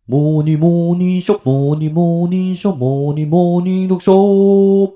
モーニモーニーショ、モーニモーニーショ、モーニモーニー読書。お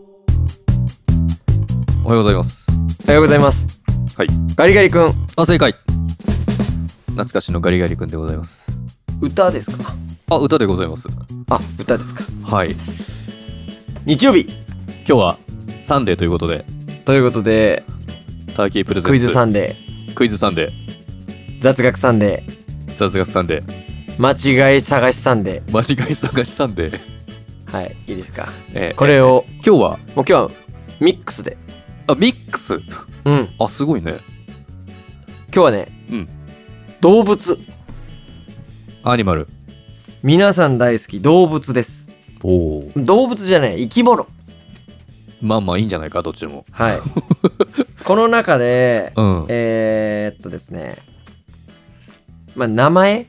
はようございます。 おはようございます。 はい。 ガリガリ君。 正解。懐かしのガリガリ君でございます。 歌ですか？ 歌でございます。 歌ですか。 はい。 日曜日今日はサンデーということで、 ということで、 ターキープレゼンツクイズサンデクイズサンデー、 ー、雑学サンデ雑学サンデー、 ー、間違い探しサンデ間違い探しサンデー。 ー。はい、いいですか。これを今日はもう今日はミックスで。 ミックス。 うん。 すごいね。 今日はね、動物。 アニマル。 皆さん大好き動物です。動物じゃない、生き物。 まあまあいいんじゃないか、どっちも。 はい。この中で、ですね、名前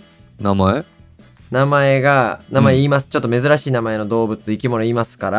言います。ちょっと珍しい名前の動物、生き物言いますから、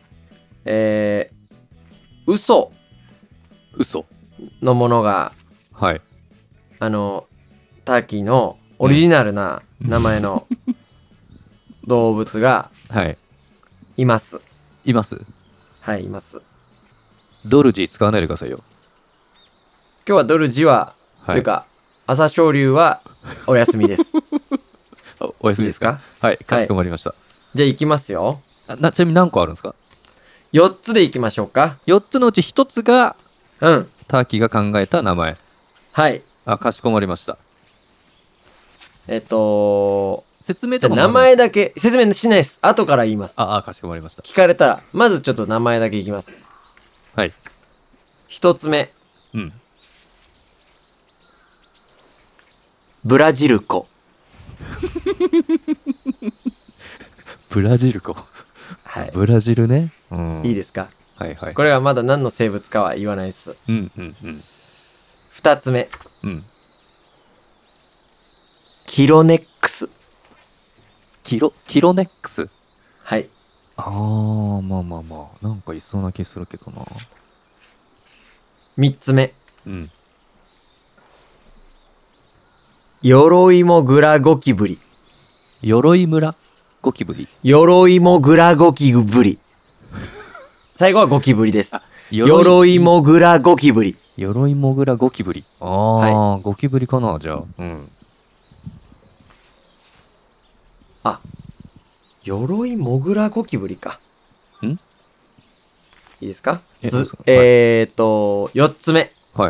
嘘のものが、 はい。 ターキーのオリジナルな名前の動物がはい。 います。 います。 はい、います。 ドルジー使わないでくださいよ。 今日はドルジは、というか、朝青龍はお休みです。 お休みですか？はい、かしこまりました。 じゃあ行きますよ。 ちなみに何個あるんですか ？4つで行きましょうか。 ？4つのうち1つが、 ターキーが考えた名前。 はい。 かしこまりました。説明じゃあ名前だけ、説明しないです。後から言います。 かしこまりました。 聞かれたら、まずちょっと名前だけいきます。 はい。 1つ目。ブラジルコ。 ブラジルコ。 はい。 ブラジルね。 いいですか？ はいはい。 これはまだ何の生物かは言わないです。2つ目。キロネックス。 キロネックス。 はい。 まあなんかいそうな気するけどな。 3つ目。鎧もグラゴキブリ。 鎧村ゴキブリ。 鎧もグラゴキブリ。最後はゴキブリです。鎧もグラゴキブリ。 鎧もぐらゴキブリ。ゴキブリかな、じゃあ。 鎧もぐらゴキブリか。いいですか？4つ目。 はい。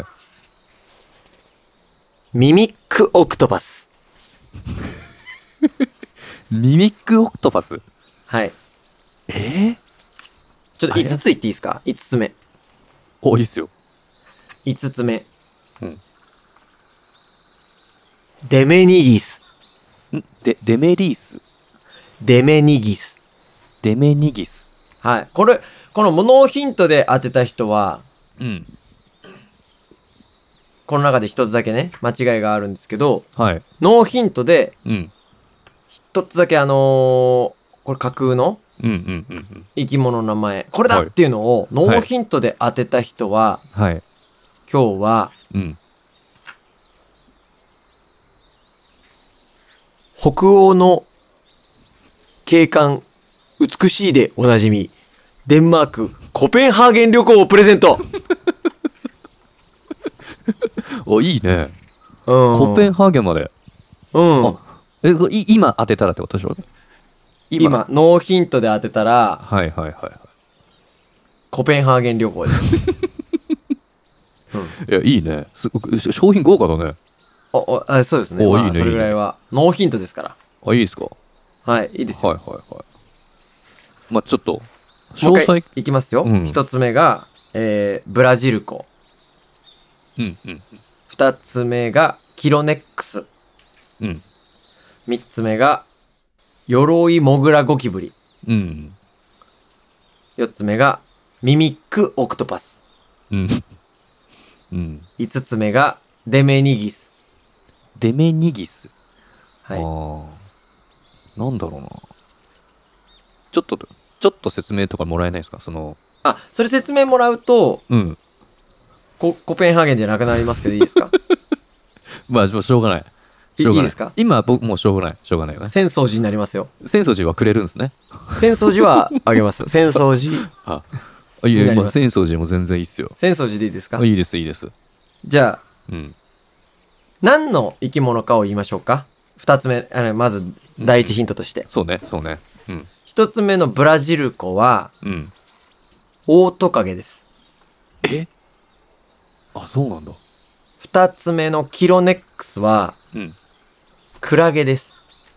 ミミックオクトパス。 ミミックオクトパス。 はい。ちょっと5つ言っていいですか？ 5 つ目。 いいっすよ。 5つ目。デメニギス。 デメリース。 デメニギス。 デメニギス。 はい。このノーヒントで当てた人は、この中で一つだけね、間違いがあるんですけど、 はい。 ノーヒントで、一つだけこれ架空の生き物の名前、これだっていうのをノーヒントで当てた人は、今日は、北欧の景観、美しいでおなじみ、デンマーク、コペンハーゲン旅行をプレゼント。 いいね。コペンハーゲンまで。今当てたらってことでしょ？ 今、ノーヒントで当てたら、コペンハーゲン旅行です。 いや、いいね。商品豪華だね。 そうですね。いいね。それぐらいは。ノーヒントですから。 いいですか？ はい、いいですよ。 ちょっと、 詳細。いきますよ。一つ目が、ブラジルコ。二つ目が、キロネックス。三つ目が、鎧モグラゴキブリ。四つ目が、ミミックオクトパス。五つ目が、デメニギス。 デメニギス。 はい。 なんだろうな。ちょっと説明とかもらえないですか？それ説明もらうと、コペンハーゲンじゃなくなりますけどいいですか？ しょうがない。 しょうがない。 いいですか？ 今僕もうしょうがないよね。 浅草寺になりますよ。 浅草寺はくれるんですね。 浅草寺はあげます。浅草寺。 あ、いや、まあ、 になります浅草寺も全然いいっすよ。 浅草寺でいいですか？ いいです、いいです。 じゃあ、 うん。 何の生き物かを言いましょうか。二つ目、まず第一ヒントとして。 そうね、そうね。うん。 一つ目のブラジルコは、 うん。 オオトカゲです。 えあ、そうなんだ。 二つ目のキロネックスは、 うん。 クラゲです。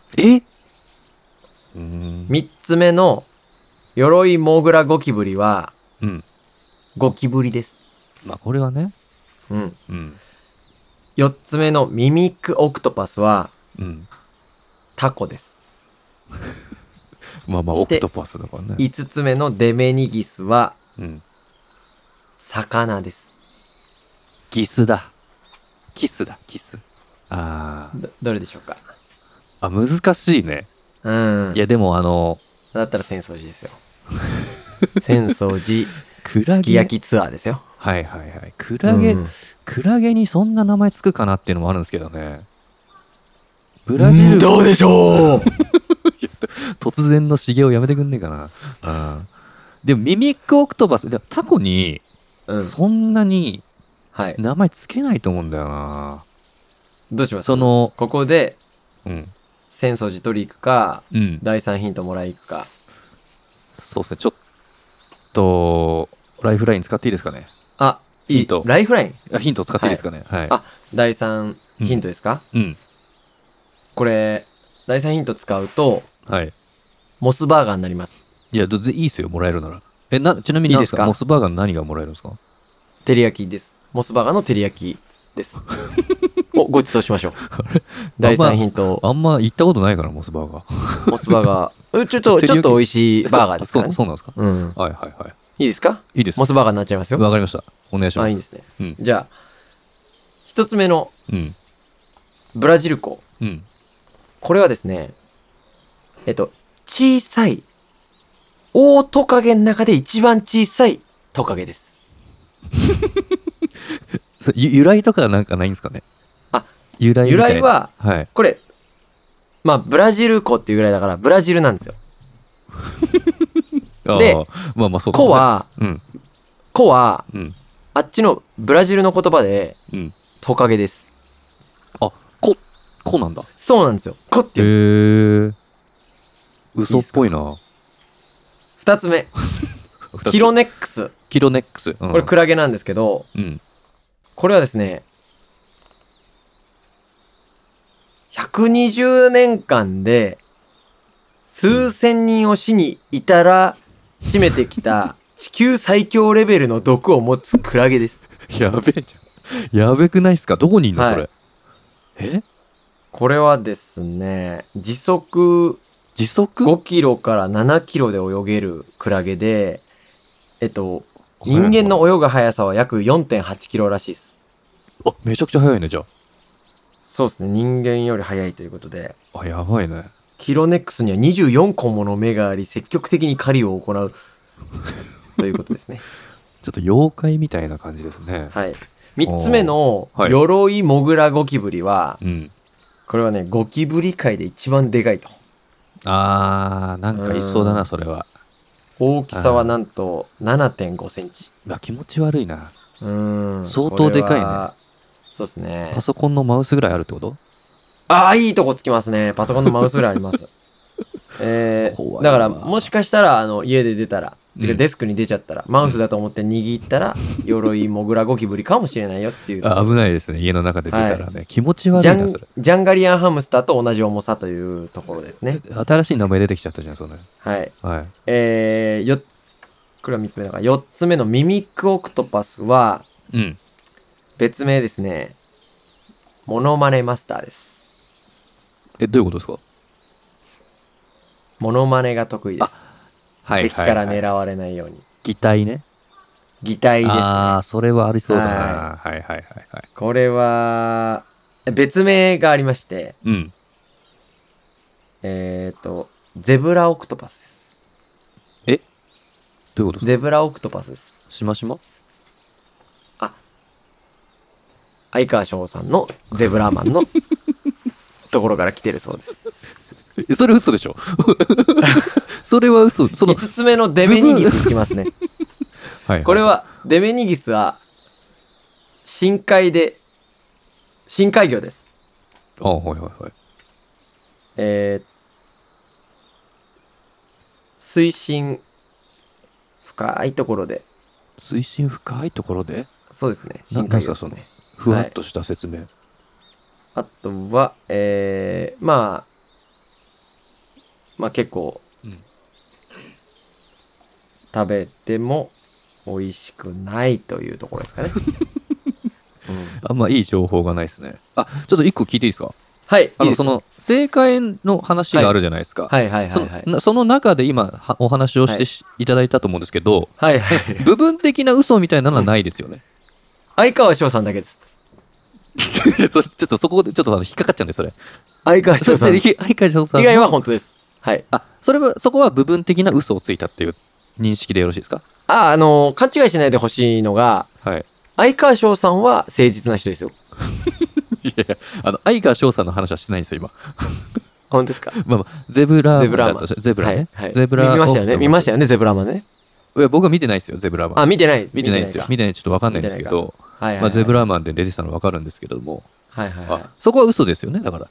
三つ目の鎧モグラゴキブリは、 うん。 ゴキブリです。 まあ、これはね。 うん。 うん。 四つ目のミミックオクトパスは、 うん。 タコです。 まあまあ、オクトパスだからね。 五つ目のデメニギスは、 うん。 魚です。 ギスだ。キスだ、キス。ああ。 どれでしょうか？ あ、難しいね。 うん。 いや、でもだったら浅草寺ですよ。浅草寺、 クラゲ。 すき焼きツアーですよ。 はいはいはい。クラゲ、クラゲにそんな名前つくかなっていうのもあるんですけどね。ブラジル。 どうでしょう突然の茂をやめてくんねえかな。うん。でも、ミミックオクトパス、でもタコに、そんなに、名前つけないと思うんだよな。 どうしますここで、 うん。 浅草寺取り行くか、 うん。 第3ヒントもらい行くか。 そうですね、ちょっと、ライフライン使っていいですかね。 あ、いい。ライフラインヒント使っていいですかね。はい。 あ、第3ヒントですか？ うん。 これ、第3ヒント使うと、 はい。 モスバーガーになります。 いや、いいっすよ、もらえるなら。ちなみに何ですか？モスバーガーの何がもらえるんですか？ 照り焼きです。モスバーガーの照り焼きです。ごちそうしましょう。第3ヒント。 あんま行ったことないから、モスバーガー。モスバーガー。ちょっと美味しいバーガーですからね。 そうなんですか？ うん。 はいはいはい。 いいですか？ いいです。 モスバーガーになっちゃいますよ。 わかりました。お願いします。 いいですね。じゃあ、一つ目の、ブラジルコ。これはですね、小さい、大トカゲの中で一番小さいトカゲです。 由来とかなんかないんですかね？由来は、これ、まあ、ブラジルコっていうぐらいだから、ブラジルなんですよ。で、コは、あっちのブラジルの言葉で、トカゲです。 あ、コなんだ。 そうなんですよ。コって言うんですよ。 嘘っぽいな。 二つ目。キロネックス。 キロネックス。 これクラゲなんですけど、これはですね、120年間で、数千人を死に至らしめてきた地球最強レベルの毒を持つクラゲです。 やべえじゃん。やべくないっすか？どこにいんのそれ。 これはですね、時速5キロから7キロで泳げるクラゲで、人間の泳ぐ速さは約 4.8 キロらしいです。 あ、めちゃくちゃ速いね、じゃあ。 そうですね、人間より速いということで。 あ、やばいね。 キロネックスには24個もの目があり、積極的に狩りを行うということですね。 ちょっと妖怪みたいな感じですね。 はい。3つ目の鎧モグラゴキブリは、これはね、ゴキブリ界で一番でかいと。 なんかいそうだな、それは。 大きさはなんと 7.5 センチ。 気持ち悪いな。相当でかいね。 そうですね。 パソコンのマウスぐらいあるってこと？ いいとこつきますね。パソコンのマウスぐらいあります。だから、もしかしたら、家で出たら、デスクに出ちゃったら、マウスだと思って握ったら、鎧モグラゴキブリかもしれないよっていう。 危ないですね。家の中で出たらね。気持ち悪いな、それ。 ジャンガリアンハムスターと同じ重さというところですね。 新しい名前出てきちゃったじゃん、それ。 はい。これは3つ目だから、4つ目のミミックオクトパスは、別名ですね、モノマネマスターです。 どういうことですか？ モノマネが得意です。敵から狙われないように。 擬態ね。 擬態ですね。 それはありそうだな。はいはいはい。 これは、別名がありまして、ゼブラオクトパスです。 どういうことですか？ ゼブラオクトパスです。 しましま？ 相川翔さんのゼブラマンのところから来てるそうです。 それ嘘でしょそれは嘘。 その5つ目のデメニギスいきますね。はい、これは、デメニギスは、深海魚です。 あ、はいはいはい。 水深深いところで。 水深深いところで？ そうですね。深海魚ですね。 ふわっとした説明。はい、 あとは、まあ結構、食べても美味しくないというところですかね。 あんまいい情報がないですね。あ、ちょっと一個聞いていいですか？ はい。 その正解の話があるじゃないですか。 はいはいはいはい。 その中で今お話をしていただいたと思うんですけど、 はいはい。 部分的な嘘みたいなのはないですよね。 相川翔さんだけです。 ちょっとそこでちょっと引っかかっちゃうんです、それ。 相川翔さん。 相川翔さん。 以外は本当です。はい。 あ、そこは部分的な嘘をついたっていう認識でよろしいですか？ 勘違いしないでほしいのが、はい。相川翔さんは誠実な人ですよ。 いやいや、相川翔さんの話はしてないんですよ、今。 本当ですか？ まあ、ゼブラね。 はい。ゼブラ見ましたよね。見ましたよね、ゼブラマンね。 いや、僕は見てないですよ、ゼブラマン。 あ、見てない。 見てないですよ。見てない、ちょっとわかんないんですけど、まあ、ゼブラマンで出てたのわかるんですけども、 はいはいはい。 そこは嘘ですよね、だから。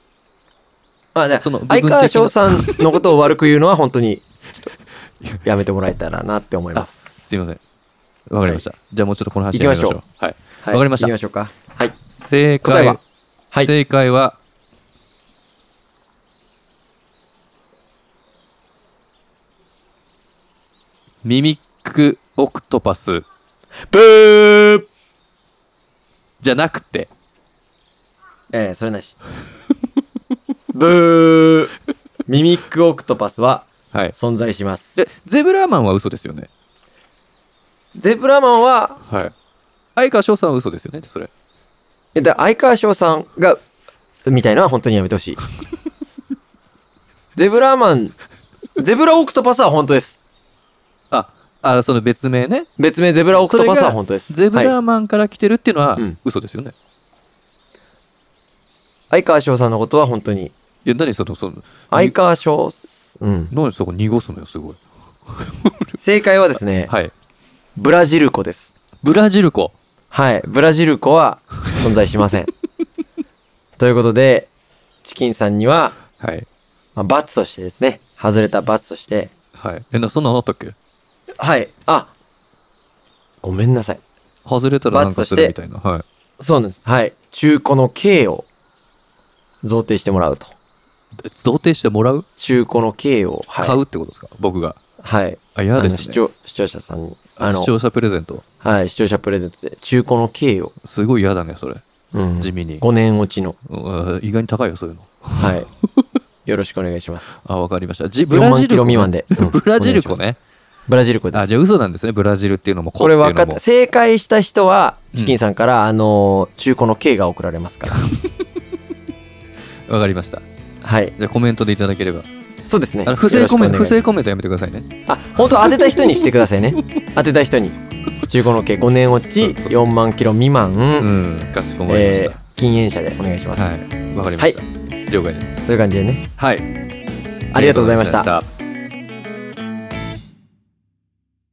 相川翔さんのことを悪く言うのは本当に、ちょっと、やめてもらえたらなって思います。 すいません。わかりました。じゃあもうちょっとこの話やりましょう。はい。わかりました。 行きましょうか。はい。 正解は、ミミックオクトパス。 ブーじゃなくて。 それなし。ブーミミックオクトパスは存在します。 ゼブラーマンは嘘ですよね。 ゼブラマンは、 はい。相川翔さんは嘘ですよね、それ。 相川翔さんが、みたいなのは本当にやめてほしい。ゼブラオクトパスは本当です。 その別名ね。 別名ゼブラオクトパスは本当です。 ゼブラーマンから来てるっていうのは嘘ですよね。 相川翔さんのことは本当に。いや、何その、 相川翔、 何そこ濁すのよ、すごい。 正解はですね、 はい。 ブラジル湖です。 ブラジル湖。 はい。ブラジル湖は存在しません。ということで、チキンさんには、 はい。 罰としてですね、外れた罰として。 はい。そんなのあったっけ？ はい。ごめんなさい。 外れたらなんかするみたいな。はい。 そうなんです。はい。中古の軽を贈呈してもらうと。 贈呈してもらう？ 中古の軽を、 買うってことですか？僕が。 はい。 嫌ですね。 視聴者さんに。 視聴者プレゼント。 はい。視聴者プレゼントで、中古の軽を。 すごい嫌だね、それ。地味に。 5年落ちの。 意外に高いよ、そういうの。 はい。よろしくお願いします。 わかりました。 ブラジル湖未満で。 ブラジル湖ね。 ブラジル湖です。 じゃあ嘘なんですね、ブラジルっていうのも。 これ分かった。正解した人は、チキンさんから、中古の軽が送られますから。 わかりました。 はい。 じゃあコメントでいただければ。 そうですね。 不正コメントやめてくださいね。 本当当てた人にしてくださいね。当てた人に。中古の軽5年落ち、4万キロ未満。 かしこまりました。 禁煙車でお願いします。 はい。わかりました。了解です。 という感じでね。 はい。 ありがとうございました。